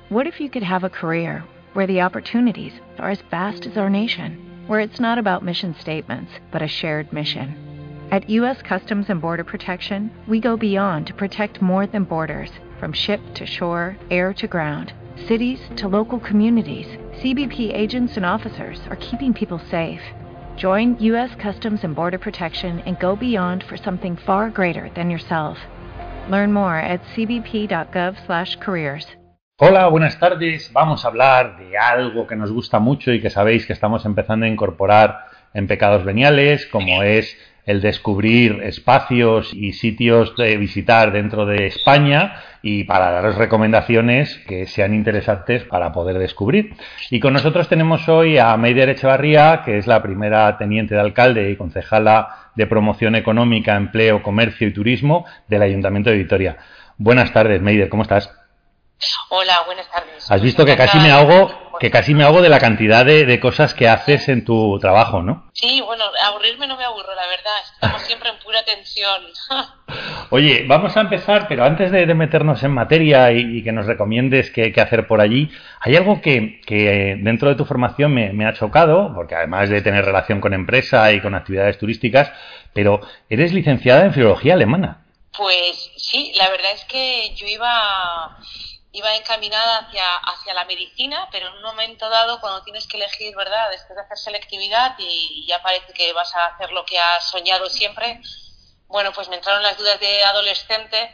What if you could have a career where the opportunities are as vast as our nation, where it's not about mission statements, but a shared mission? At U.S. Customs and Border Protection, we go beyond to protect more than borders, from ship to shore, air to ground, cities to local communities. CBP agents and officers are keeping people safe. Join U.S. Customs and Border Protection and go beyond for something far greater than yourself. Learn more at cbp.gov/careers. Hola, buenas tardes. Vamos a hablar de algo que nos gusta mucho y que sabéis que estamos empezando a incorporar en Pecados Veniales, como es el descubrir espacios y sitios de visitar dentro de España y para daros recomendaciones que sean interesantes para poder descubrir. Y con nosotros tenemos hoy a Maider Echevarría, que es la primera teniente de alcalde y concejala de Promoción Económica, Empleo, Comercio y Turismo del Ayuntamiento de Vitoria. Buenas tardes, Maider, ¿cómo estás? Hola, buenas tardes. Has visto que casi me ahogo de la cantidad de cosas que haces en tu trabajo, ¿no? Sí, bueno, aburrirme no me aburro, la verdad. Estamos siempre en pura tensión. Oye, vamos a empezar, pero antes de meternos en materia y que nos recomiendes qué hacer por allí, hay algo que dentro de tu formación me ha chocado, porque además de tener relación con empresa y con actividades turísticas, pero eres licenciada en Filología Alemana. Pues sí, la verdad es que yo iba encaminada hacia la medicina, pero en un momento dado, cuando tienes que elegir, ¿verdad?, después de hacer selectividad y ya parece que vas a hacer lo que has soñado siempre, bueno, pues me entraron las dudas de adolescente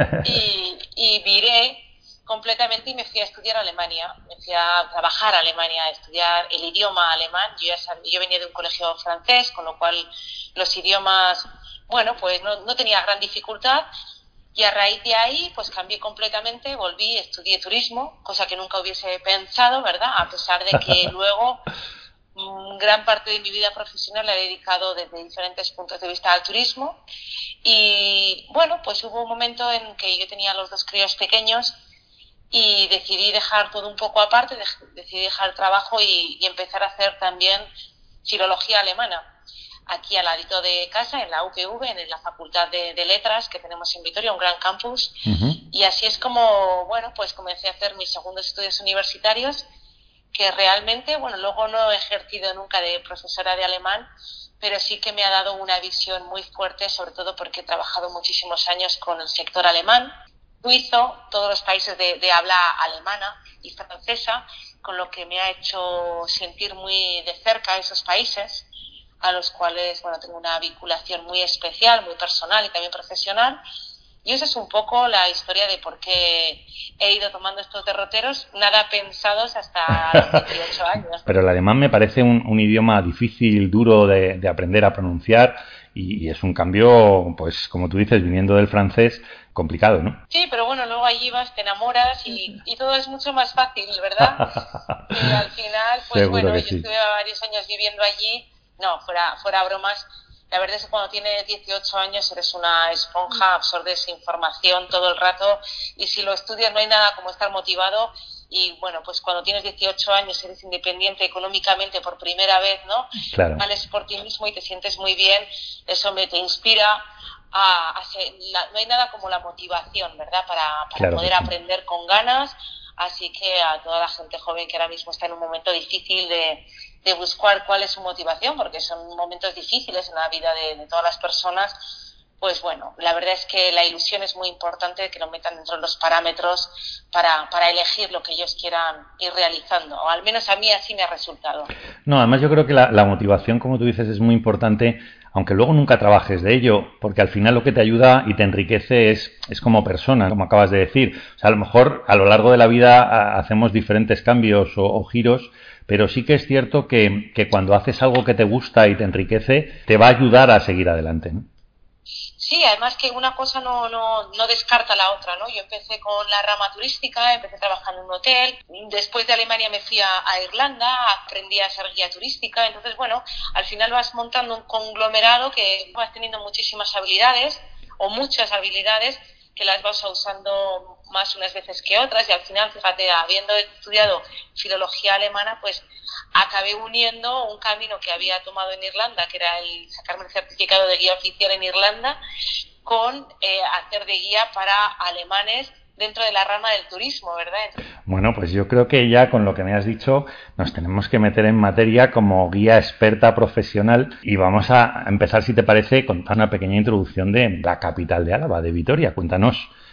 y viré completamente y me fui a estudiar a Alemania, me fui a trabajar a Alemania, a estudiar el idioma alemán. Yo venía de un colegio francés, con lo cual los idiomas, bueno, pues no tenía gran dificultad. Y a raíz de ahí, pues cambié completamente, volví, estudié turismo, cosa que nunca hubiese pensado, ¿verdad? A pesar de que luego gran parte de mi vida profesional la he dedicado desde diferentes puntos de vista al turismo. Y bueno, pues hubo un momento en que yo tenía los dos críos pequeños y decidí dejar todo un poco aparte, decidí dejar el trabajo y empezar a hacer también filología alemana. Aquí al ladito de casa, en la UPV, en la Facultad de Letras que tenemos en Vitoria, un gran campus. Uh-huh. Y así es como, bueno, pues comencé a hacer mis segundos estudios universitarios, que realmente, bueno, luego no he ejercido nunca de profesora de alemán, pero sí que me ha dado una visión muy fuerte, sobre todo porque he trabajado muchísimos años con el sector alemán, suizo, todos los países de habla alemana y francesa, con lo que me ha hecho sentir muy de cerca esos países, a los cuales, bueno, tengo una vinculación muy especial, muy personal y también profesional. Y esa es un poco la historia de por qué he ido tomando estos derroteros, nada pensados hasta los 18 años. Pero el alemán me parece un idioma difícil, duro de aprender a pronunciar y es un cambio, pues como tú dices, viniendo del francés, complicado, ¿no? Sí, pero bueno, luego allí vas, te enamoras y todo es mucho más fácil, ¿verdad? Y al final, pues seguro bueno, que yo sí. estuve varios años viviendo allí. No, fuera bromas, la verdad es que cuando tienes 18 años eres una esponja, absorbes información todo el rato y si lo estudias no hay nada como estar motivado y bueno, pues cuando tienes 18 años eres independiente económicamente por primera vez, ¿no? Claro. Vales por ti mismo y te sientes muy bien, eso te inspira no hay nada como la motivación, ¿verdad? Para claro poder que sí. aprender con ganas, así que a toda la gente joven que ahora mismo está en un momento difícil de buscar cuál es su motivación, porque son momentos difíciles en la vida de todas las personas, pues bueno, la verdad es que la ilusión es muy importante que lo metan dentro de los parámetros para elegir lo que ellos quieran ir realizando, o al menos a mí así me ha resultado. No, además yo creo que la motivación, como tú dices, es muy importante, aunque luego nunca trabajes de ello, porque al final lo que te ayuda y te enriquece es como persona, como acabas de decir. O sea, a lo mejor a lo largo de la vida hacemos diferentes cambios o giros, pero sí que es cierto que cuando haces algo que te gusta y te enriquece, te va a ayudar a seguir adelante, ¿no? Sí, además que una cosa no descarta la otra, ¿no? Yo empecé con la rama turística, empecé trabajando en un hotel, después de Alemania me fui a Irlanda, aprendí a ser guía turística, entonces bueno, al final vas montando un conglomerado que vas teniendo muchísimas habilidades o muchas habilidades que las vas usando más unas veces que otras y al final, fíjate, habiendo estudiado filología alemana, pues acabé uniendo un camino que había tomado en Irlanda, que era el sacarme el certificado de guía oficial en Irlanda, con hacer de guía para alemanes dentro de la rama del turismo, ¿verdad? Bueno, pues yo creo que ya con lo que me has dicho nos tenemos que meter en materia como guía experta profesional y vamos a empezar, si te parece, contar una pequeña introducción de la capital de Álava, de Vitoria. Cuéntanos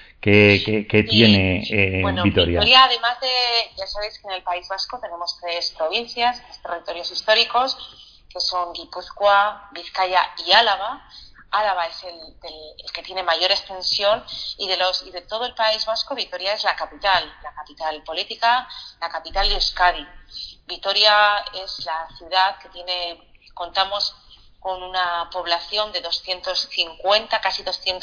qué tiene bueno, Vitoria. Vitoria, además de, ya sabéis que en el País Vasco tenemos 3 provincias, 3 territorios históricos, que son Guipúzcoa, Vizcaya y Álava. Álava es el que tiene mayor extensión y de todo el País Vasco, Vitoria es la capital política, la capital de Euskadi. Vitoria es la ciudad que contamos con una población de 250, casi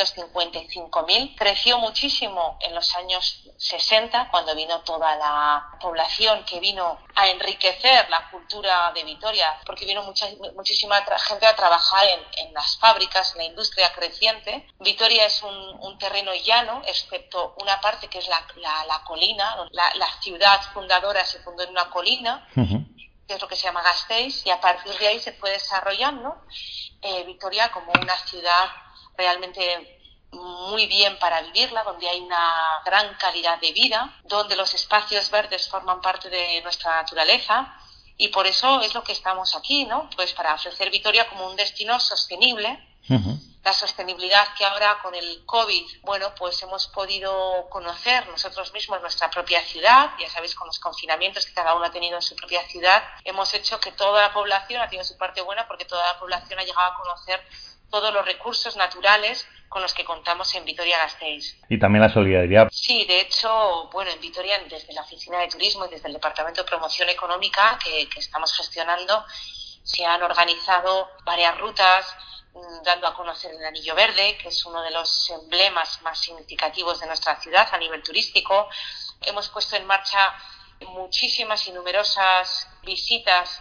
255.000. Creció muchísimo en los años 60, cuando vino toda la población que vino a enriquecer la cultura de Vitoria, porque vino muchísima gente a trabajar en las fábricas, en la industria creciente. Vitoria es un terreno llano, excepto una parte que es la colina. La ciudad fundadora se fundó en una colina, que es lo que se llama Gasteiz, y a partir de ahí se fue desarrollando Vitoria como una ciudad realmente muy bien para vivirla, donde hay una gran calidad de vida, donde los espacios verdes forman parte de nuestra naturaleza, y por eso es lo que estamos aquí, ¿no? Pues para ofrecer Vitoria como un destino sostenible. La sostenibilidad que ahora con el COVID, bueno, pues hemos podido conocer nosotros mismos nuestra propia ciudad, ya sabéis, con los confinamientos que cada uno ha tenido en su propia ciudad, hemos hecho que toda la población ha tenido su parte buena, porque toda la población ha llegado a conocer todos los recursos naturales con los que contamos en Vitoria-Gasteiz. Y también la solidaridad. Sí, de hecho, bueno, en Vitoria, desde la Oficina de Turismo y desde el Departamento de Promoción Económica que estamos gestionando, se han organizado varias rutas, dando a conocer el Anillo Verde, que es uno de los emblemas más significativos de nuestra ciudad a nivel turístico. Hemos puesto en marcha muchísimas y numerosas visitas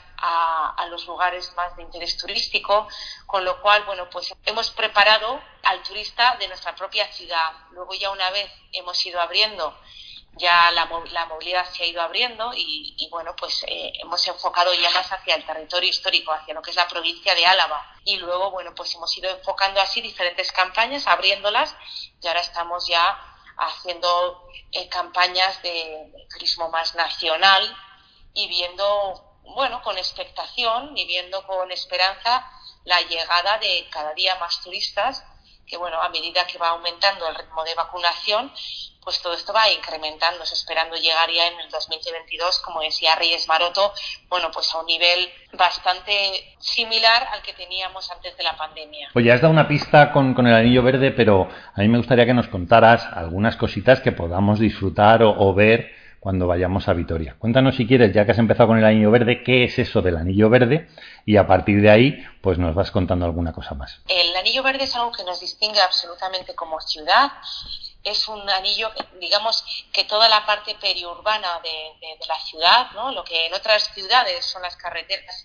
a los lugares más de interés turístico, con lo cual, bueno, pues hemos preparado al turista de nuestra propia ciudad. Luego, ya una vez hemos ido abriendo, ya la movilidad se ha ido abriendo y bueno, pues hemos enfocado ya más hacia el territorio histórico, hacia lo que es la provincia de Álava. Y luego, bueno, pues hemos ido enfocando así diferentes campañas, abriéndolas, y ahora estamos ya haciendo campañas de turismo más nacional y viendo, bueno, con expectación y viendo con esperanza la llegada de cada día más turistas, que bueno, a medida que va aumentando el ritmo de vacunación, pues todo esto va incrementándose, esperando llegar ya en el 2022, como decía Reyes Maroto, bueno, pues a un nivel bastante similar al que teníamos antes de la pandemia. Oye, has dado una pista con el Anillo Verde, pero a mí me gustaría que nos contaras algunas cositas que podamos disfrutar o ver cuando vayamos a Vitoria. Cuéntanos, si quieres, ya que has empezado con el Anillo Verde, qué es eso del Anillo Verde, y a partir de ahí pues nos vas contando alguna cosa más. El Anillo Verde es algo que nos distingue absolutamente como ciudad. Es un anillo, digamos, que toda la parte periurbana de la ciudad, ¿no? Lo que en otras ciudades son las carreteras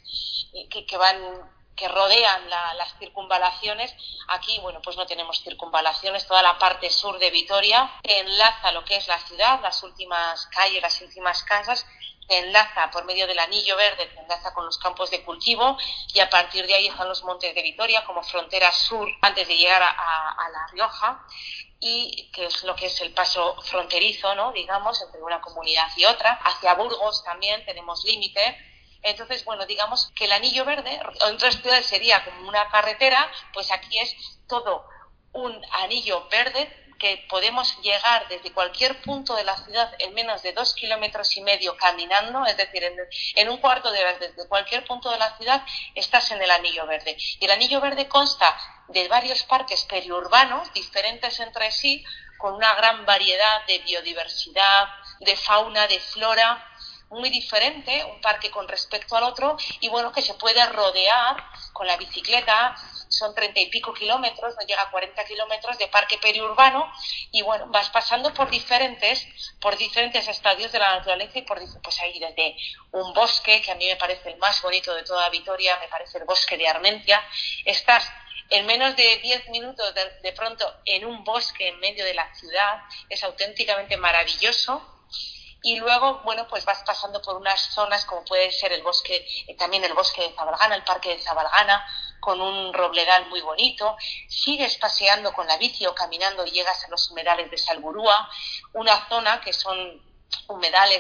que rodean las circunvalaciones, aquí, bueno, pues no tenemos circunvalaciones. Toda la parte sur de Vitoria enlaza lo que es la ciudad, las últimas calles, las últimas casas, te enlaza por medio del Anillo Verde, te enlaza con los campos de cultivo, y a partir de ahí están los montes de Vitoria como frontera sur antes de llegar a La Rioja, y que es lo que es el paso fronterizo, ¿no?, digamos, entre una comunidad y otra. Hacia Burgos también tenemos límite. Entonces, bueno, digamos que el Anillo Verde, en otras ciudades sería como una carretera, pues aquí es todo un anillo verde que podemos llegar desde cualquier punto de la ciudad en menos de 2,5 kilómetros caminando, es decir, en un cuarto de hora desde cualquier punto de la ciudad estás en el Anillo Verde. Y el Anillo Verde consta de varios parques periurbanos diferentes entre sí, con una gran variedad de biodiversidad, de fauna, de flora, muy diferente un parque con respecto al otro, y bueno, que se puede rodear con la bicicleta. Son 30 y pico kilómetros, no llega a 40 kilómetros de parque periurbano, y bueno, vas pasando por diferentes estadios de la naturaleza, y pues ahí desde un bosque, que a mí me parece el más bonito de toda Vitoria, me parece el bosque de Armentia. Estás en menos de 10 minutos de pronto en un bosque en medio de la ciudad, es auténticamente maravilloso. Y luego, bueno, pues vas pasando por unas zonas como puede ser el bosque, también el bosque de Zabalgana, el parque de Zabalgana, con un robledal muy bonito. Sigues paseando con la bici o caminando y llegas a los humedales de Salburua, una zona que son humedales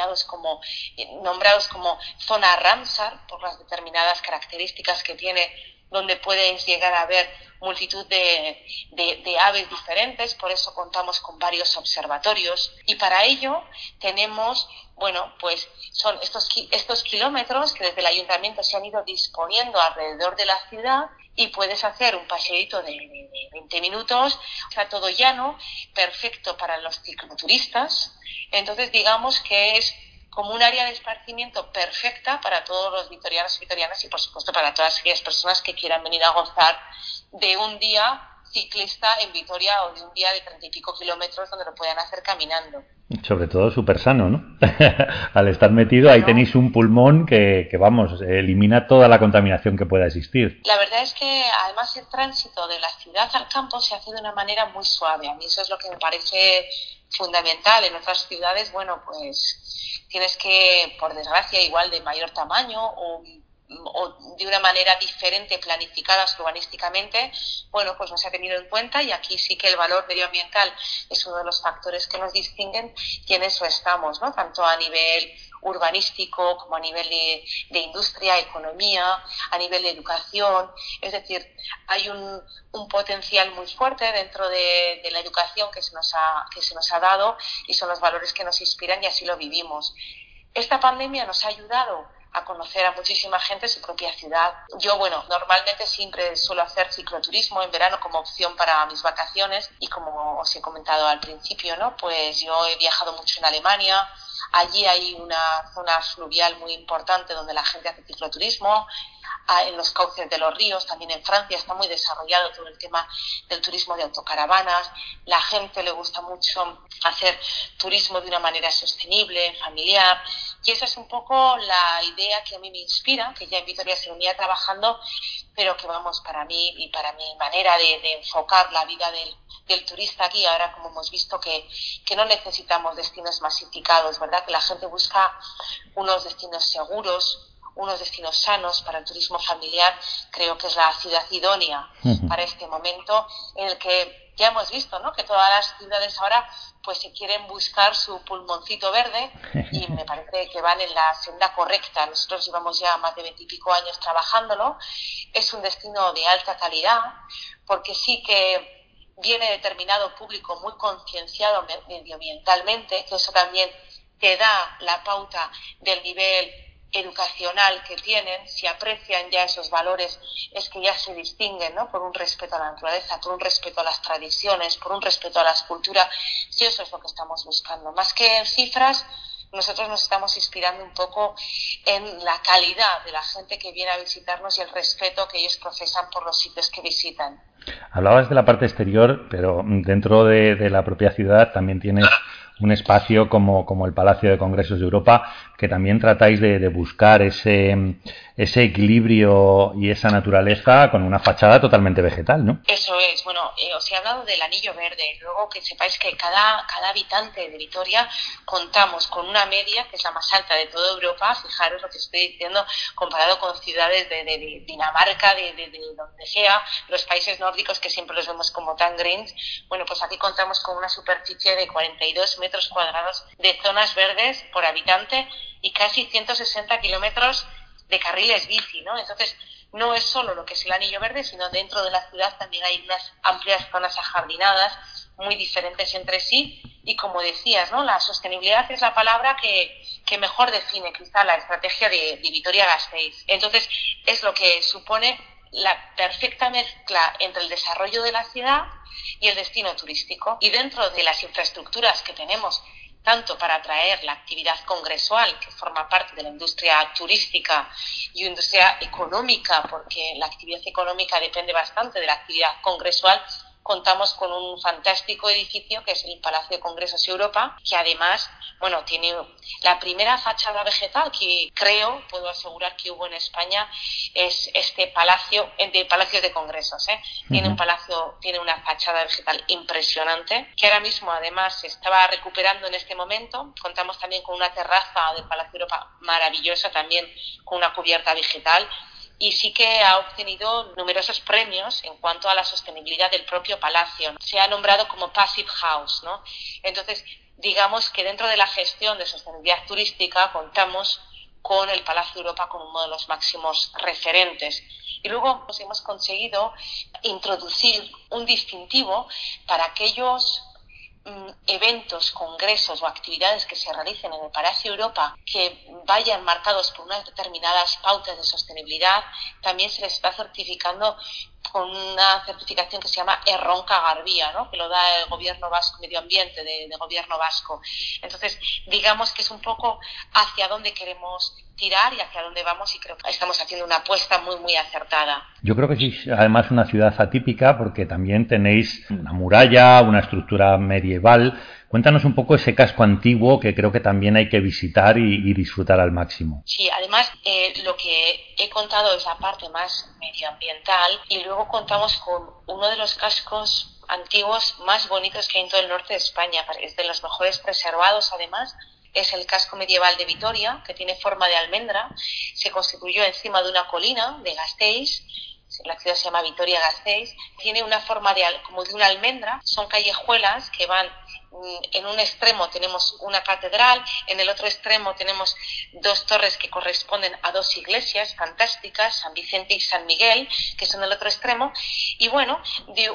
nombrados como zona Ramsar por las determinadas características que tiene, donde puedes llegar a ver multitud de aves diferentes. Por eso contamos con varios observatorios, y para ello tenemos, pues son estos kilómetros que desde el ayuntamiento se han ido disponiendo alrededor de la ciudad, y puedes hacer un paseíto de 20 minutos, está todo llano, perfecto para los cicloturistas. Entonces digamos que es como un área de esparcimiento perfecta para todos los vitorianos y vitorianas, y por supuesto para todas aquellas personas que quieran venir a gozar de un día ciclista en Vitoria, o de un día de 30 y pico kilómetros donde lo puedan hacer caminando. Sobre todo súper sano, ¿no? Al estar metido ahí tenéis un pulmón que vamos, elimina toda la contaminación que pueda existir. La verdad es que además el tránsito de la ciudad al campo se hace de una manera muy suave. A mí eso es lo que me parece fundamental. En otras ciudades, pues tienes que, por desgracia, igual de mayor tamaño o de una manera diferente planificadas urbanísticamente, pues no se ha tenido en cuenta, y aquí sí que el valor medioambiental es uno de los factores que nos distinguen, y en eso estamos, ¿no? Tanto a nivel urbanístico como a nivel de industria, economía, a nivel de educación. Es decir, hay un potencial muy fuerte dentro de la educación que se nos ha dado, y son los valores que nos inspiran, y así lo vivimos. Esta pandemia nos ha ayudado a conocer a muchísima gente su propia ciudad. Yo, normalmente siempre suelo hacer cicloturismo en verano como opción para mis vacaciones, y como os he comentado al principio, ¿no? Pues yo he viajado mucho en Alemania. Allí hay una zona fluvial muy importante donde la gente hace cicloturismo. En los cauces de los ríos, también en Francia está muy desarrollado todo el tema del turismo de autocaravanas. La gente le gusta mucho hacer turismo de una manera sostenible, familiar, y esa es un poco la idea que a mí me inspira, que ya en Vitoria se venía trabajando, pero que para mí y para mi manera de enfocar la vida del turista aquí, ahora como hemos visto que no necesitamos destinos masificados, ¿verdad? Que la gente busca unos destinos seguros, unos destinos sanos para el turismo familiar. Creo que es la ciudad idónea para este momento, en el que ya hemos visto, ¿no?, que todas las ciudades ahora pues se quieren buscar su pulmoncito verde, y me parece que van en la senda correcta. Nosotros llevamos ya más de 20 y pico años trabajándolo. Es un destino de alta calidad, porque sí que viene determinado público muy concienciado medioambientalmente, que eso también te da la pauta del nivel educacional que tienen. Si aprecian ya esos valores, es que ya se distinguen, ¿no?, por un respeto a la naturaleza, por un respeto a las tradiciones, por un respeto a la escultura, y eso es lo que estamos buscando. Más que en cifras, nosotros nos estamos inspirando un poco en la calidad de la gente que viene a visitarnos y el respeto que ellos profesan por los sitios que visitan. Hablabas de la parte exterior, pero dentro de la propia ciudad también tienes un espacio como el Palacio de Congresos de Europa, que también tratáis de buscar ese equilibrio y esa naturaleza con una fachada totalmente vegetal, ¿no? Eso es. Os he hablado del anillo verde. Luego, que sepáis que cada habitante de Vitoria contamos con una media que es la más alta de toda Europa. Fijaros lo que estoy diciendo, comparado con ciudades de Dinamarca, de donde sea, los países nórdicos, que siempre los vemos como tan greens. Pues aquí contamos con una superficie de 42 metros cuadrados de zonas verdes por habitante, y casi 160 kilómetros de carriles bici, ¿no? Entonces, no es solo lo que es el anillo verde, sino dentro de la ciudad también hay unas amplias zonas ajardinadas muy diferentes entre sí, y como decías, ¿no?, la sostenibilidad es la palabra que mejor define quizá la estrategia de Vitoria-Gasteiz. Entonces, es lo que supone la perfecta mezcla entre el desarrollo de la ciudad y el destino turístico. Y dentro de las infraestructuras que tenemos, tanto para atraer la actividad congresual, que forma parte de la industria turística, y industria económica, porque la actividad económica depende bastante de la actividad congresual, contamos con un fantástico edificio que es el Palacio de Congresos Europa, que además, tiene la primera fachada vegetal que puedo asegurar que hubo en España, es este palacio de Palacios de Congresos, ¿eh? Tiene una fachada vegetal impresionante, que ahora mismo además se estaba recuperando en este momento. Contamos también con una terraza del Palacio Europa maravillosa, también con una cubierta vegetal. y sí que ha obtenido numerosos premios en cuanto a la sostenibilidad del propio palacio. Se ha nombrado como Passive House, ¿no? Entonces, digamos que dentro de la gestión de sostenibilidad turística contamos con el Palacio Europa como uno de los máximos referentes. Y luego pues, hemos conseguido introducir un distintivo para aquellos eventos, congresos o actividades que se realicen en el Palacio Europa que vayan marcados por unas determinadas pautas de sostenibilidad. También se les está certificando con una certificación que se llama Erronka Garbia, ¿no? Que lo da el gobierno vasco, medio ambiente de gobierno vasco. Entonces, digamos que es un poco hacia dónde queremos tirar y hacia dónde vamos, y creo que estamos haciendo una apuesta muy, muy acertada. Yo creo que sí, además una ciudad atípica porque también tenéis una muralla, una estructura medieval. Cuéntanos un poco ese casco antiguo que creo que también hay que visitar y disfrutar al máximo. Sí, además lo que he contado es la parte más medioambiental y luego contamos con uno de los cascos antiguos más bonitos que hay en todo el norte de España. Es de los mejores preservados, además. Es el casco medieval de Vitoria, que tiene forma de almendra. Se constituyó encima de una colina de Gasteiz. La ciudad se llama Vitoria-Gasteiz. Tiene una forma como de una almendra. Son callejuelas que van... En un extremo tenemos una catedral, en el otro extremo tenemos dos torres que corresponden a dos iglesias fantásticas, San Vicente y San Miguel, que son el otro extremo, y bueno, de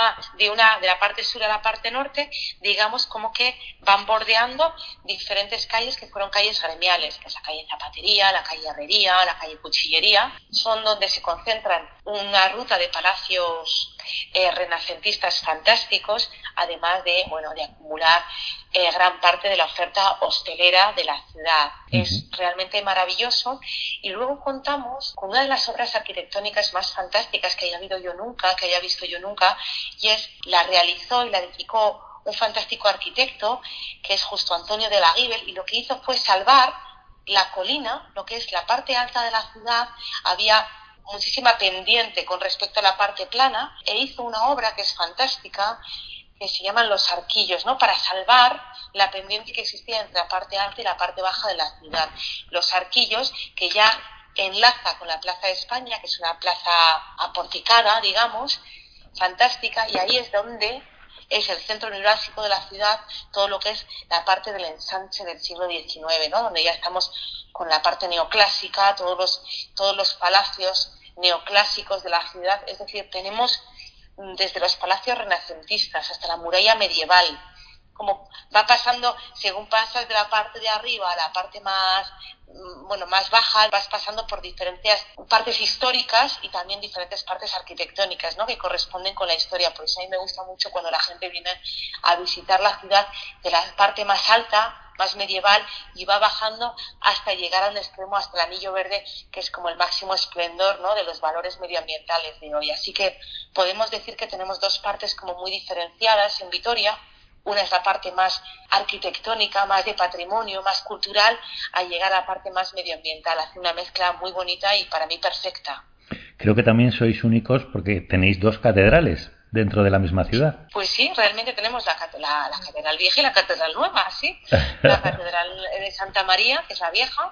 la parte sur a la parte norte, digamos como que van bordeando diferentes calles que fueron calles gremiales, que es la calle Zapatería, la calle Herrería, la calle Cuchillería, son donde se concentran una ruta de palacios renacentistas fantásticos, además de acumular gran parte de la oferta hostelera de la ciudad. Es realmente maravilloso. Y luego contamos con una de las obras arquitectónicas más fantásticas que haya visto yo nunca, y la realizó y la edificó un fantástico arquitecto que es Justo Antonio de la Guibel, y lo que hizo fue salvar la colina, lo que es la parte alta de la ciudad. Había muchísima pendiente con respecto a la parte plana, e hizo una obra que es fantástica, que se llaman Los Arquillos, ¿no? Para salvar la pendiente que existía entre la parte alta y la parte baja de la ciudad. Los Arquillos, que ya enlaza con la Plaza de España, que es una plaza aporticada, digamos, fantástica, y ahí es donde es el centro neurálgico de la ciudad, todo lo que es la parte del ensanche del siglo XIX, ¿no? Donde ya estamos con la parte neoclásica, todos los palacios neoclásicos de la ciudad. Es decir, tenemos desde los palacios renacentistas hasta la muralla medieval, como va pasando, según pasas de la parte de arriba a la parte más baja, vas pasando por diferentes partes históricas y también diferentes partes arquitectónicas, ¿no? Que corresponden con la historia. Por eso a mí me gusta mucho cuando la gente viene a visitar la ciudad de la parte más alta, más medieval, y va bajando hasta llegar a un extremo, hasta el Anillo Verde, que es como el máximo esplendor, ¿no? De los valores medioambientales de hoy. Así que podemos decir que tenemos dos partes como muy diferenciadas en Vitoria. Una es la parte más arquitectónica, más de patrimonio, más cultural, a llegar a la parte más medioambiental. Hace una mezcla muy bonita y para mí perfecta. Creo que también sois únicos porque tenéis dos catedrales dentro de la misma ciudad. Pues sí, realmente tenemos la Catedral Vieja y la Catedral Nueva, sí. La Catedral de Santa María, que es la vieja,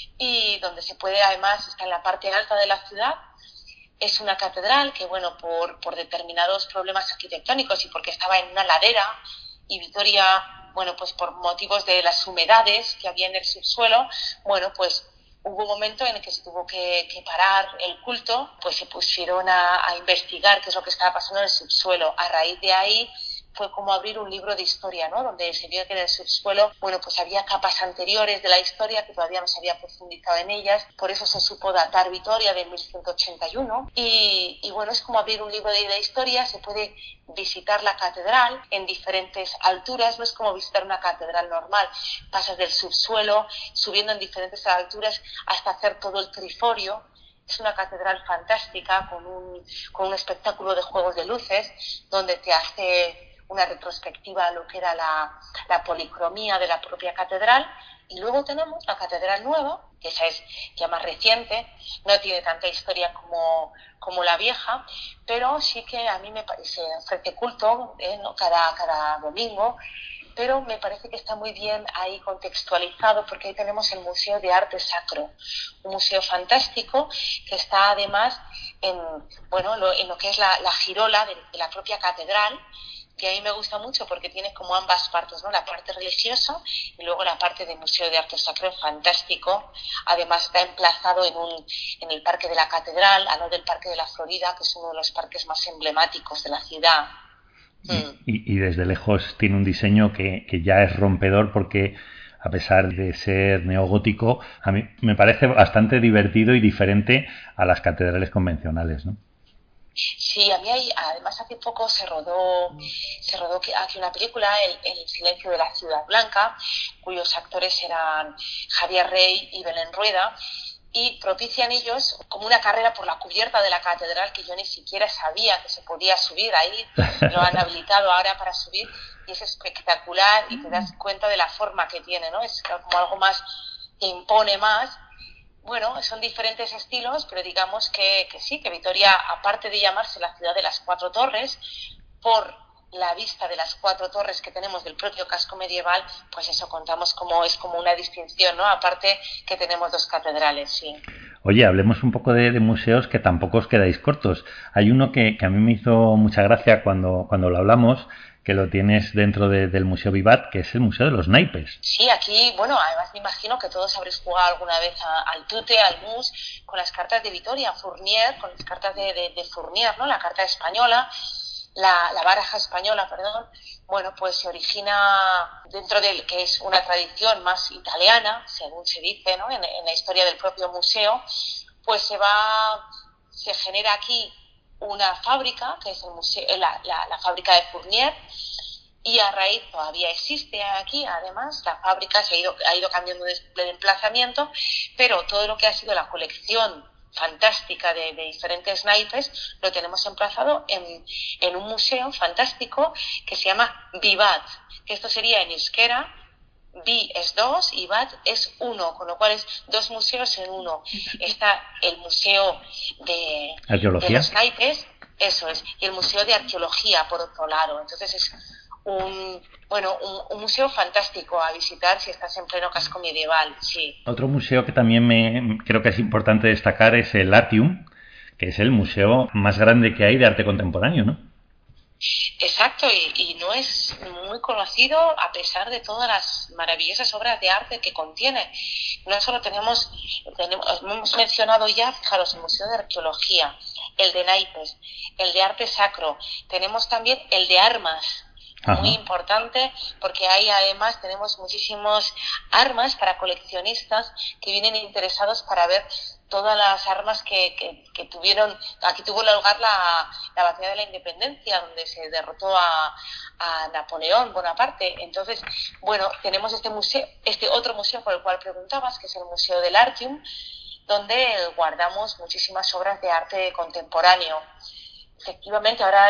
y donde se puede, además, está en la parte alta de la ciudad. Es una catedral que, por determinados problemas arquitectónicos y porque estaba en una ladera, y Vitoria, pues por motivos de las humedades que había en el subsuelo, hubo un momento en el que se tuvo que parar el culto, pues se pusieron a investigar qué es lo que estaba pasando en el subsuelo. A raíz de ahí fue como abrir un libro de historia, ¿no? Donde se vio que en el subsuelo, pues había capas anteriores de la historia que todavía no se había profundizado en ellas. Por eso se supo datar Vitoria de 1181. Y es como abrir un libro de historia. Se puede visitar la catedral en diferentes alturas. No es como visitar una catedral normal. Pasas del subsuelo, subiendo en diferentes alturas hasta hacer todo el triforio. Es una catedral fantástica con un espectáculo de juegos de luces donde te hace una retrospectiva a lo que era la policromía de la propia catedral. Y luego tenemos la Catedral Nueva, que esa es ya más reciente, no tiene tanta historia como la vieja, pero sí que a mí se ofrece culto, ¿no? cada domingo, pero me parece que está muy bien ahí contextualizado porque ahí tenemos el Museo de Arte Sacro, un museo fantástico que está además en lo que es la girola de la propia catedral, que a mí me gusta mucho porque tiene como ambas partes, ¿no? La parte religiosa y luego la parte de Museo de Arte Sacro, fantástico. Además está emplazado en el Parque de la Catedral, al lado del Parque de la Florida, que es uno de los parques más emblemáticos de la ciudad. Y desde lejos tiene un diseño que ya es rompedor porque, a pesar de ser neogótico, a mí me parece bastante divertido y diferente a las catedrales convencionales, ¿no? Sí, a mí además hace poco se rodó aquí una película, El silencio de la ciudad blanca, cuyos actores eran Javier Rey y Belén Rueda, y propician ellos como una carrera por la cubierta de la catedral que yo ni siquiera sabía que se podía subir ahí, lo han habilitado ahora para subir y es espectacular y te das cuenta de la forma que tiene, ¿no? Es como algo más que impone más. Bueno, son diferentes estilos, pero digamos que sí, que Vitoria, aparte de llamarse la ciudad de las cuatro torres, por la vista de las cuatro torres que tenemos del propio casco medieval, pues eso contamos como es como una distinción, ¿no? Aparte que tenemos dos catedrales, sí. Oye, hablemos un poco de museos que tampoco os quedáis cortos. Hay uno que a mí me hizo mucha gracia cuando lo hablamos, que lo tienes dentro del Museo Vivat, que es el Museo de los Naipes. Sí, aquí, bueno, además me imagino que todos habréis jugado alguna vez al tute, al mus, con las cartas de Vitoria, Fournier, con las cartas de Fournier, ¿no? La carta española, la baraja española, perdón. Bueno, pues se origina dentro de que es una tradición más italiana, según se dice, ¿no? En la historia del propio museo, pues se genera aquí una fábrica, que es el museo, la fábrica de Fournier, y a raíz todavía existe aquí, además, la fábrica ha ido cambiando de emplazamiento, pero todo lo que ha sido la colección fantástica de diferentes naipes lo tenemos emplazado en un museo fantástico que se llama Vivat, que esto sería en euskera. Vi es dos y Vat es uno, con lo cual es dos museos en uno. Está el museo de los naipes, eso es, y el museo de arqueología por otro lado. Entonces es un museo fantástico a visitar si estás en pleno casco medieval, sí. Otro museo que también creo que es importante destacar es el Artium, que es el museo más grande que hay de arte contemporáneo, ¿no? Exacto, y no es muy conocido a pesar de todas las maravillosas obras de arte que contiene. No solo tenemos hemos mencionado ya, fijaros, el Museo de Arqueología, el de naipes, el de arte sacro, tenemos también el de armas. Ajá. Muy importante porque ahí además tenemos muchísimos armas para coleccionistas que vienen interesados para ver todas las armas que tuvieron. Aquí tuvo lugar la batalla de la Independencia, donde se derrotó a Napoleón Bonaparte. Entonces, bueno, tenemos este otro museo por el cual preguntabas, que es el Museo del Artium, donde guardamos muchísimas obras de arte contemporáneo. Efectivamente, ahora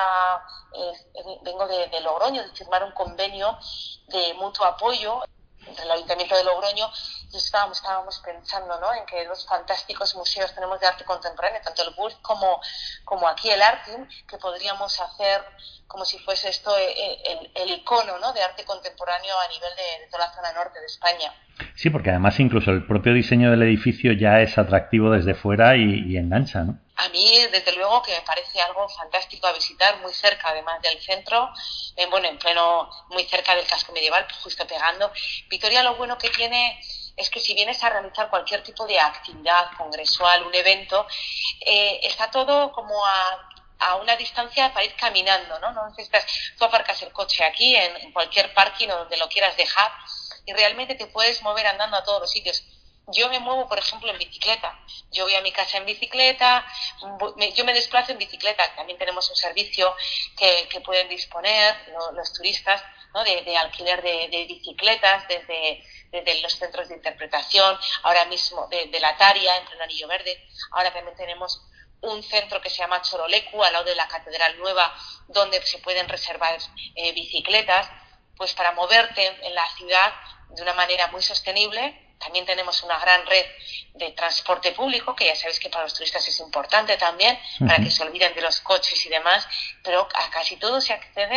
vengo de Logroño, de firmar un convenio de mutuo apoyo entre el Ayuntamiento de Logroño y estábamos pensando, ¿no?, en que dos fantásticos museos tenemos de arte contemporáneo, tanto el BURG como aquí el Artium, que podríamos hacer como si fuese esto el icono, ¿no?, de arte contemporáneo a nivel de toda la zona norte de España. Sí, porque además incluso el propio diseño del edificio ya es atractivo desde fuera y engancha, ¿no? A mí, desde luego, que me parece algo fantástico a visitar, muy cerca, además del centro, muy cerca del casco medieval, justo pegando. Vitoria, lo bueno que tiene es que si vienes a realizar cualquier tipo de actividad congresual, un evento, está todo como a una distancia para ir caminando, ¿no? No necesitas, tú aparcas el coche aquí, en cualquier parking o donde lo quieras dejar, y realmente te puedes mover andando a todos los sitios. Yo me muevo, por ejemplo, en bicicleta. Yo voy a mi casa en bicicleta, yo me desplazo en bicicleta. También tenemos un servicio que pueden disponer los turistas, ¿no?, de alquiler de bicicletas desde los centros de interpretación, ahora mismo de la Taria, en pleno Anillo Verde. Ahora también tenemos un centro que se llama Chorolecu, al lado de la Catedral Nueva, donde se pueden reservar bicicletas, pues para moverte en la ciudad de una manera muy sostenible. También tenemos una gran red de transporte público, que ya sabéis que para los turistas es importante también, para que se olviden de los coches y demás, pero a casi todo se accede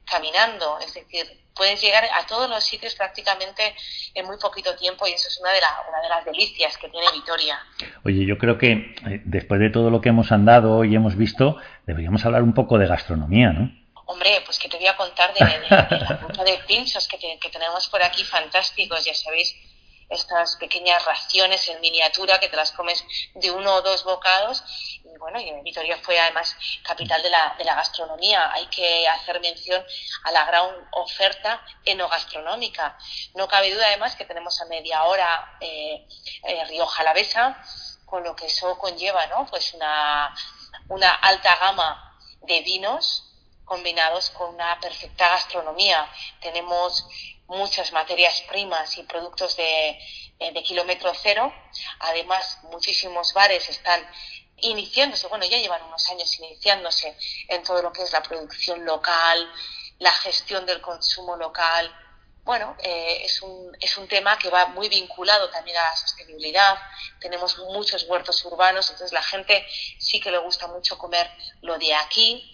caminando, es decir, puedes llegar a todos los sitios prácticamente en muy poquito tiempo y eso es una de las delicias que tiene Vitoria. Oye, yo creo que después de todo lo que hemos andado y hemos visto, deberíamos hablar un poco de gastronomía, ¿no? Hombre, pues que te voy a contar de la ruta de pinchos que tenemos por aquí fantásticos, ya sabéis, estas pequeñas raciones en miniatura que te las comes de 1 o 2 bocados. Y bueno, y Vitoria fue además capital de la gastronomía. Hay que hacer mención a la gran oferta enogastronómica. No cabe duda además que tenemos a media hora Rioja Alavesa, con lo que eso conlleva, ¿no? Pues una alta gama de vinos combinados con una perfecta gastronomía. Tenemos muchas materias primas y productos de kilómetro cero. Además, muchísimos bares están iniciándose, bueno, ya llevan unos años iniciándose en todo lo que es la producción local, la gestión del consumo local. Bueno, es un tema que va muy vinculado también a la sostenibilidad. Tenemos muchos huertos urbanos, entonces la gente sí que le gusta mucho comer lo de aquí.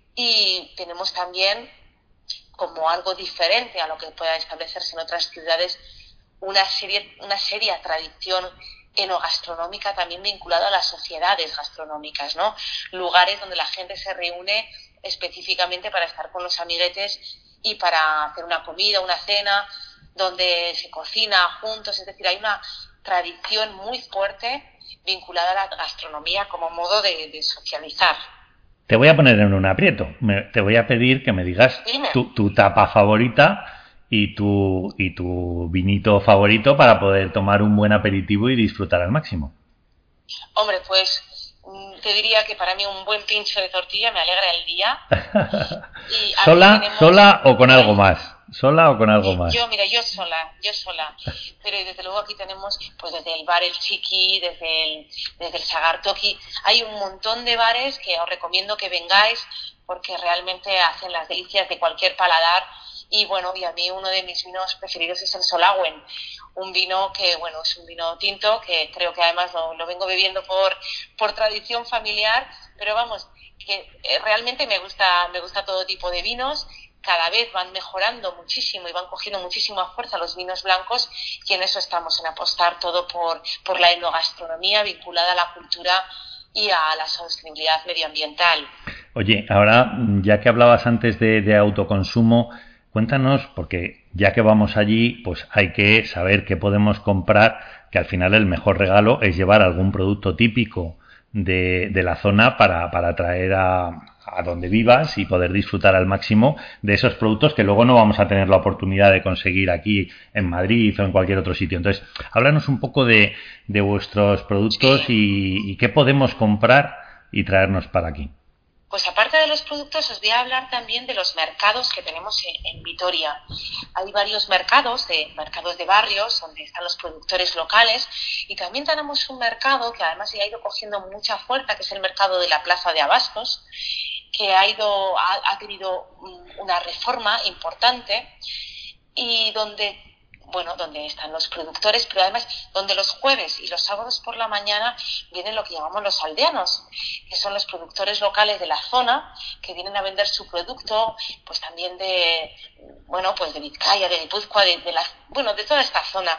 Y tenemos también, como algo diferente a lo que pueda establecerse en otras ciudades, una seria tradición enogastronómica también vinculada a las sociedades gastronómicas, ¿no? Lugares donde la gente se reúne específicamente para estar con los amiguetes y para hacer una comida, una cena, donde se cocina juntos, es decir, hay una tradición muy fuerte vinculada a la gastronomía como modo de socializar. Te voy a poner en un aprieto. Te voy a pedir que me digas tu tapa favorita y tu vinito favorito para poder tomar un buen aperitivo y disfrutar al máximo. Hombre, pues te diría que para mí un buen pincho de tortilla me alegra el día. Y ¿Sola o con algo más? ¿Sola o con algo más? Yo sola. Pero desde luego aquí tenemos, pues desde el bar El Chiqui, desde el Sagartoki, hay un montón de bares que os recomiendo que vengáis porque realmente hacen las delicias de cualquier paladar. Y bueno, y a mí uno de mis vinos preferidos es el Solagüen, un vino que, bueno, es un vino tinto que creo que además lo vengo bebiendo por tradición familiar, pero vamos, que realmente me gusta todo tipo de vinos. Cada vez van mejorando muchísimo y van cogiendo muchísima fuerza los vinos blancos y en eso estamos, en apostar todo por la enogastronomía vinculada a la cultura y a la sostenibilidad medioambiental. Oye, ahora, ya que hablabas antes de autoconsumo, cuéntanos, porque ya que vamos allí, pues hay que saber qué podemos comprar, que al final el mejor regalo es llevar algún producto típico de la zona para traer a donde vivas y poder disfrutar al máximo de esos productos que luego no vamos a tener la oportunidad de conseguir aquí en Madrid o en cualquier otro sitio. Entonces, háblanos un poco de vuestros productos y qué podemos comprar y traernos para aquí. Pues aparte de los productos, os voy a hablar también de los mercados que tenemos en Vitoria. Hay varios mercados de barrios donde están los productores locales y también tenemos un mercado que además ya ha ido cogiendo mucha fuerza, que es el mercado de la Plaza de Abastos, que ha tenido una reforma importante y donde están los productores, pero además donde los jueves y los sábados por la mañana vienen lo que llamamos los aldeanos, que son los productores locales de la zona que vienen a vender su producto, pues también de Vizcaya, de Guipúzcoa, de toda esta zona.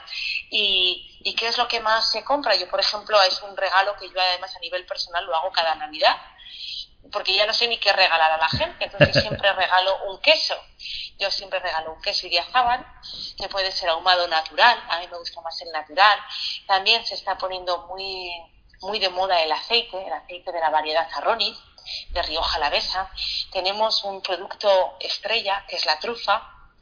¿Y qué es lo que más se compra? Yo, por ejemplo, es un regalo que yo además a nivel personal lo hago cada Navidad, porque ya no sé ni qué regalar a la gente, entonces siempre regalo un queso. Yo siempre regalo un queso Idiazábal, que puede ser ahumado natural, a mí me gusta más el natural. También se está poniendo muy, muy de moda el aceite de la variedad Arroniz, de Rioja Alavesa. Tenemos un producto estrella, que es la trufa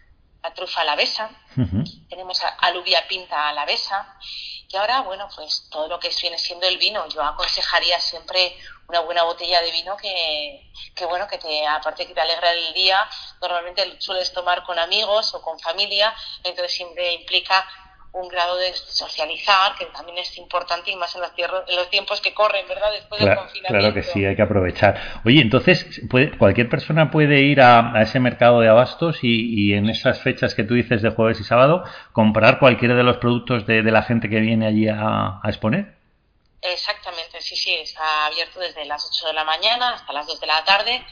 alavesa. Uh-huh. Tenemos alubia pinta alavesa. Y ahora, bueno, pues todo lo que viene siendo el vino, yo aconsejaría siempre una buena botella de vino que aparte que te alegra el día, normalmente sueles tomar con amigos o con familia, entonces siempre implica un grado de socializar, que también es importante y más en los tiempos que corren, ¿verdad? Después del confinamiento. Claro que sí, hay que aprovechar. Oye, entonces, cualquier persona puede ir a ese mercado de abastos y en esas fechas que tú dices de jueves y sábado, comprar cualquiera de los productos de la gente que viene allí a exponer. Exactamente, sí, está abierto desde las 8 de la mañana hasta las 2 de la tarde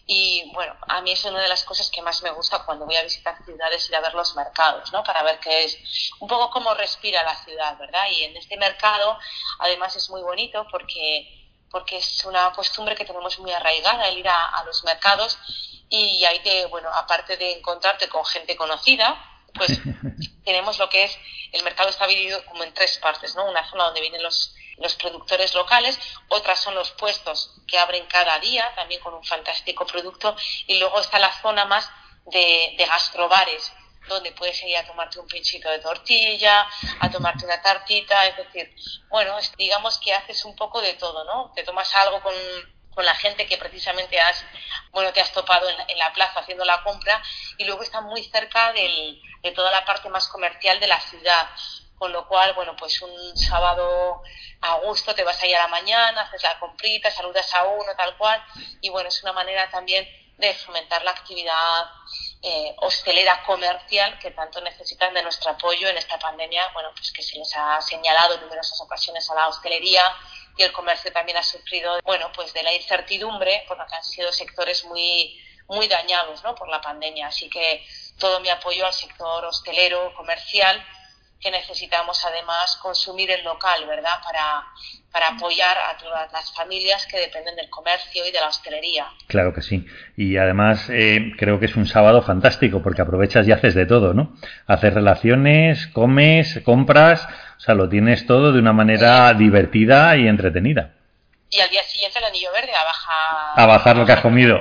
Y bueno, a mí es una de las cosas que más me gusta cuando voy a visitar ciudades, ir a ver los mercados, ¿no? Para ver qué es un poco cómo respira la ciudad, ¿verdad? Y en este mercado, además, es muy bonito porque es una costumbre que tenemos muy arraigada, el ir a los mercados, y ahí bueno, aparte de encontrarte con gente conocida, pues tenemos lo que es, el mercado está dividido como en tres partes, ¿no? Una zona donde vienen los productores locales, otras son los puestos que abren cada día, también con un fantástico producto, y luego está la zona más de gastrobares, donde puedes ir a tomarte un pinchito de tortilla, a tomarte una tartita, es decir, bueno, digamos que haces un poco de todo, ¿no? Te tomas algo con la gente que precisamente te has topado en la plaza haciendo la compra, y luego está muy cerca de toda la parte más comercial de la ciudad, con lo cual, bueno, pues un sábado a gusto te vas ahí a la mañana, haces la comprita, saludas a uno, tal cual, y bueno, es una manera también de fomentar la actividad hostelera comercial que tanto necesitan de nuestro apoyo en esta pandemia, bueno, pues que se les ha señalado en numerosas ocasiones a la hostelería, y el comercio también ha sufrido, bueno, pues de la incertidumbre, porque han sido sectores muy, muy dañados, ¿no? Por la pandemia. Así que todo mi apoyo al sector hostelero, comercial, que necesitamos además consumir el local, ¿verdad? Para apoyar a todas las familias que dependen del comercio y de la hostelería. Claro que sí. Y además creo que es un sábado fantástico porque aprovechas y haces de todo, ¿no? Haces relaciones, comes, compras, o sea, lo tienes todo de una manera divertida y entretenida. Y al día siguiente el anillo verde a bajar lo que has comido.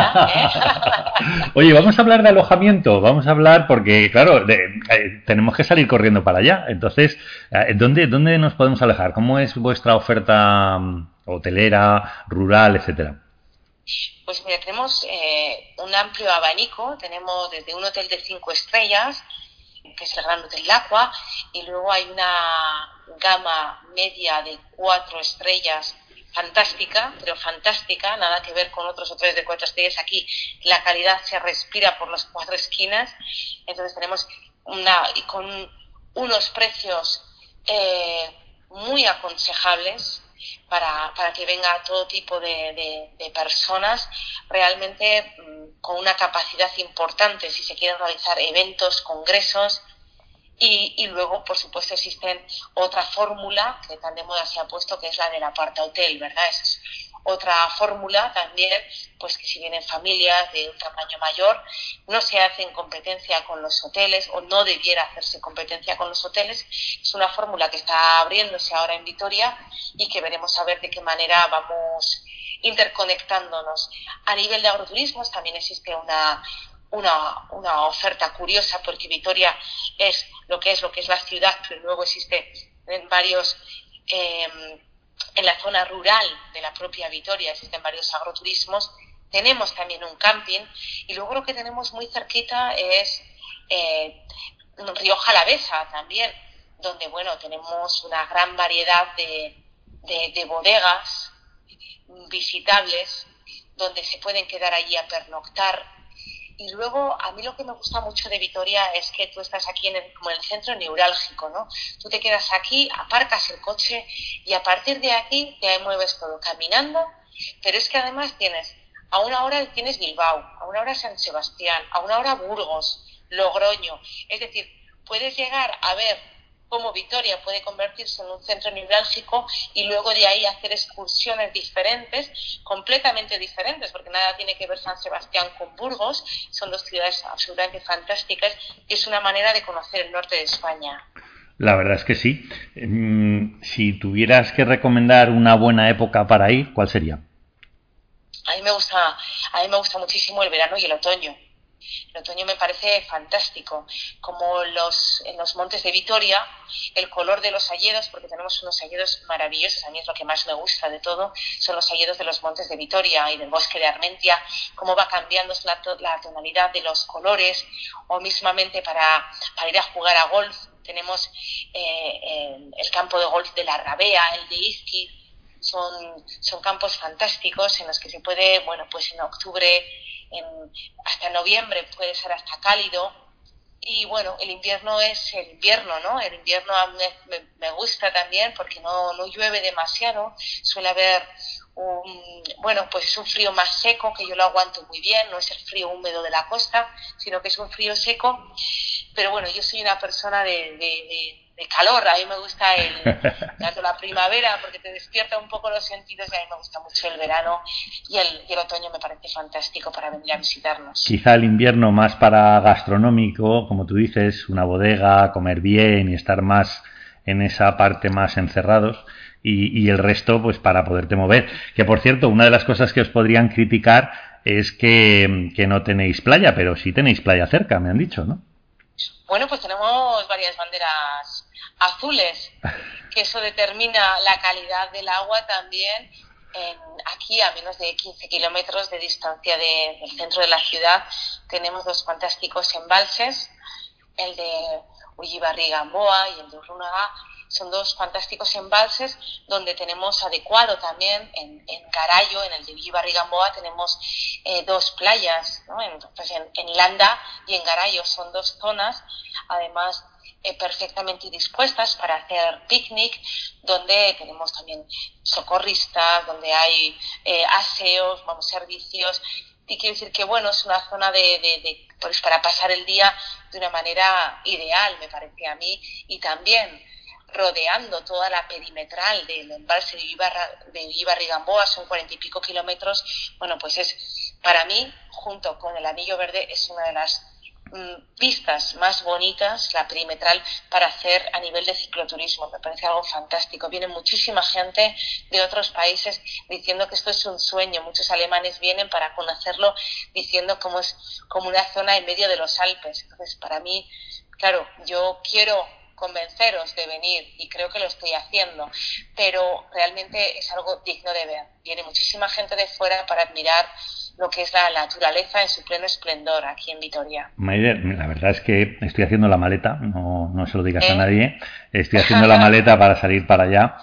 Oye, vamos a hablar de alojamiento, vamos a hablar porque, claro, tenemos que salir corriendo para allá. Entonces, ¿dónde nos podemos alojar? ¿Cómo es vuestra oferta hotelera, rural, etcétera? Pues mira, tenemos un amplio abanico, tenemos desde un hotel de 5 estrellas, que es el Gran Hotel Laqua, y luego hay una gama media de 4 estrellas fantástica, pero fantástica, nada que ver con otros hoteles de 4 estrellas. Aquí la calidad se respira por las 4 esquinas, entonces tenemos con unos precios muy aconsejables para que venga todo tipo de personas, realmente con una capacidad importante si se quieren realizar eventos, congresos. Y luego, por supuesto, existe otra fórmula que tan de moda se ha puesto, que es la del apartahotel, ¿verdad? Esa es otra fórmula también, pues que si vienen familias de un tamaño mayor, no se hace en competencia con los hoteles, o no debiera hacerse competencia con los hoteles. Es una fórmula que está abriéndose ahora en Vitoria y que veremos a ver de qué manera vamos interconectándonos. A nivel de agroturismos también existe una oferta curiosa, porque Vitoria es lo que es la ciudad, pero luego existe en varios en la zona rural de la propia Vitoria existen varios agroturismos. Tenemos también un camping, y luego lo que tenemos muy cerquita es Rioja Alavesa también, donde bueno, tenemos una gran variedad de bodegas visitables, donde se pueden quedar allí a pernoctar. Y luego, a mí lo que me gusta mucho de Vitoria es que tú estás aquí como en el centro neurálgico, ¿no? Tú te quedas aquí, aparcas el coche y a partir de aquí te mueves todo caminando, pero es que además a una hora tienes Bilbao, a una hora San Sebastián, a una hora Burgos, Logroño. Es decir, puedes llegar a ver cómo Vitoria puede convertirse en un centro neurálgico y luego de ahí hacer excursiones diferentes, completamente diferentes, porque nada tiene que ver San Sebastián con Burgos, son dos ciudades absolutamente fantásticas y es una manera de conocer el norte de España. La verdad es que sí. Si tuvieras que recomendar una buena época para ir, ¿cuál sería? A mí me gusta muchísimo el verano y el otoño. El otoño me parece fantástico, como en los montes de Vitoria, el color de los hayedos, porque tenemos unos hayedos maravillosos, a mí es lo que más me gusta de todo, son los hayedos de los montes de Vitoria y del bosque de Armentia, cómo va cambiando la tonalidad de los colores, o mismamente para ir a jugar a golf, tenemos el campo de golf de la Rabea, el de Izquiz. Son campos fantásticos en los que se puede, bueno, pues en octubre, hasta noviembre puede ser hasta cálido. Y bueno, el invierno es el invierno, ¿no? El invierno a mí me gusta también porque no llueve demasiado, suele haber bueno, pues es un frío más seco, que yo lo aguanto muy bien, no es el frío húmedo de la costa, sino que es un frío seco, pero bueno, yo soy una persona de calor, a mí me gusta tanto la primavera porque te despierta un poco los sentidos, y a mí me gusta mucho el verano, y el otoño me parece fantástico para venir a visitarnos. Quizá el invierno más para gastronómico, como tú dices, una bodega, comer bien y estar más en esa parte más encerrados, y el resto pues para poderte mover. Que por cierto, una de las cosas que os podrían criticar es que no tenéis playa, pero sí tenéis playa cerca, me han dicho, ¿no? Bueno, pues tenemos varias banderas azules, que eso determina la calidad del agua también. Aquí, a menos de 15 kilómetros de distancia del centro de la ciudad, tenemos 2 fantásticos embalses, el de Ullibarri-Gamboa y el de Urrunaga. Son 2 fantásticos embalses donde tenemos adecuado también en Garayo, en el de Ullibarri-Gamboa, tenemos 2 playas, ¿no? Entonces, en Landa y en Garayo son 2 zonas, además perfectamente dispuestas para hacer picnic, donde tenemos también socorristas, donde hay aseos, servicios. Y quiero decir que, bueno, es una zona pues para pasar el día de una manera ideal, me parece a mí, y también rodeando toda la perimetral del embalse de Ullibarri-Gamboa, son 40 y pico kilómetros. Bueno, pues es, para mí, junto con el Anillo Verde, es una de las pistas más bonitas, la perimetral, para hacer a nivel de cicloturismo. Me parece algo fantástico. Viene muchísima gente de otros países diciendo que esto es un sueño. Muchos alemanes vienen para conocerlo, diciendo cómo es como una zona en medio de los Alpes. Entonces, para mí, claro, yo quiero convenceros de venir, y creo que lo estoy haciendo, pero realmente es algo digno de ver. Viene muchísima gente de fuera para admirar lo que es la naturaleza en su pleno esplendor aquí en Vitoria. Maider, la verdad es que estoy haciendo la maleta, no se lo digas a nadie, estoy haciendo la maleta para salir para allá,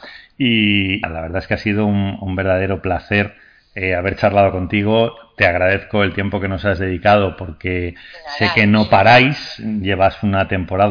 y la verdad es que ha sido un verdadero placer haber charlado contigo. Te agradezco el tiempo que nos has dedicado, porque sé que no paráis, lleváis una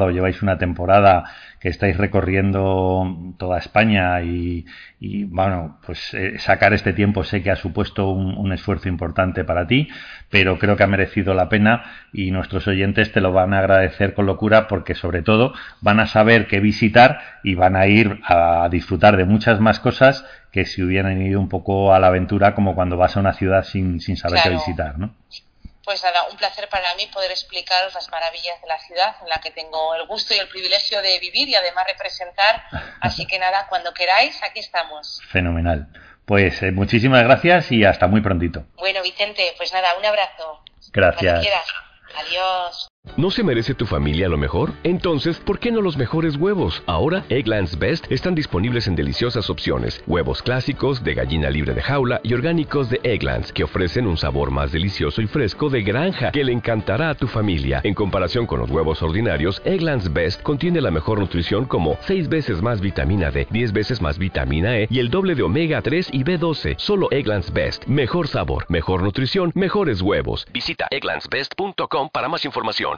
temporada que estáis recorriendo toda España, y bueno, pues sacar este tiempo sé que ha supuesto un esfuerzo importante para ti, pero creo que ha merecido la pena, y nuestros oyentes te lo van a agradecer con locura, porque sobre todo van a saber qué visitar y van a ir a disfrutar de muchas más cosas que si hubieran ido un poco a la aventura, como cuando vas a una ciudad sin saber qué visitar, ¿no? Pues nada, un placer para mí poder explicaros las maravillas de la ciudad en la que tengo el gusto y el privilegio de vivir y además representar. Así que nada, cuando queráis, aquí estamos. Fenomenal. Pues muchísimas gracias y hasta muy prontito. Bueno, Vicente, pues nada, un abrazo. Gracias. Cuando quieras. Adiós. ¿No se merece tu familia lo mejor? Entonces, ¿por qué no los mejores huevos? Ahora, Eggland's Best están disponibles en deliciosas opciones. Huevos clásicos, de gallina libre de jaula y orgánicos de Eggland's, que ofrecen un sabor más delicioso y fresco de granja que le encantará a tu familia. En comparación con los huevos ordinarios, Eggland's Best contiene la mejor nutrición, como 6 veces más vitamina D, 10 veces más vitamina E y el doble de omega 3 y B12. Solo Eggland's Best. Mejor sabor, mejor nutrición, mejores huevos. Visita egglandsbest.com para más información.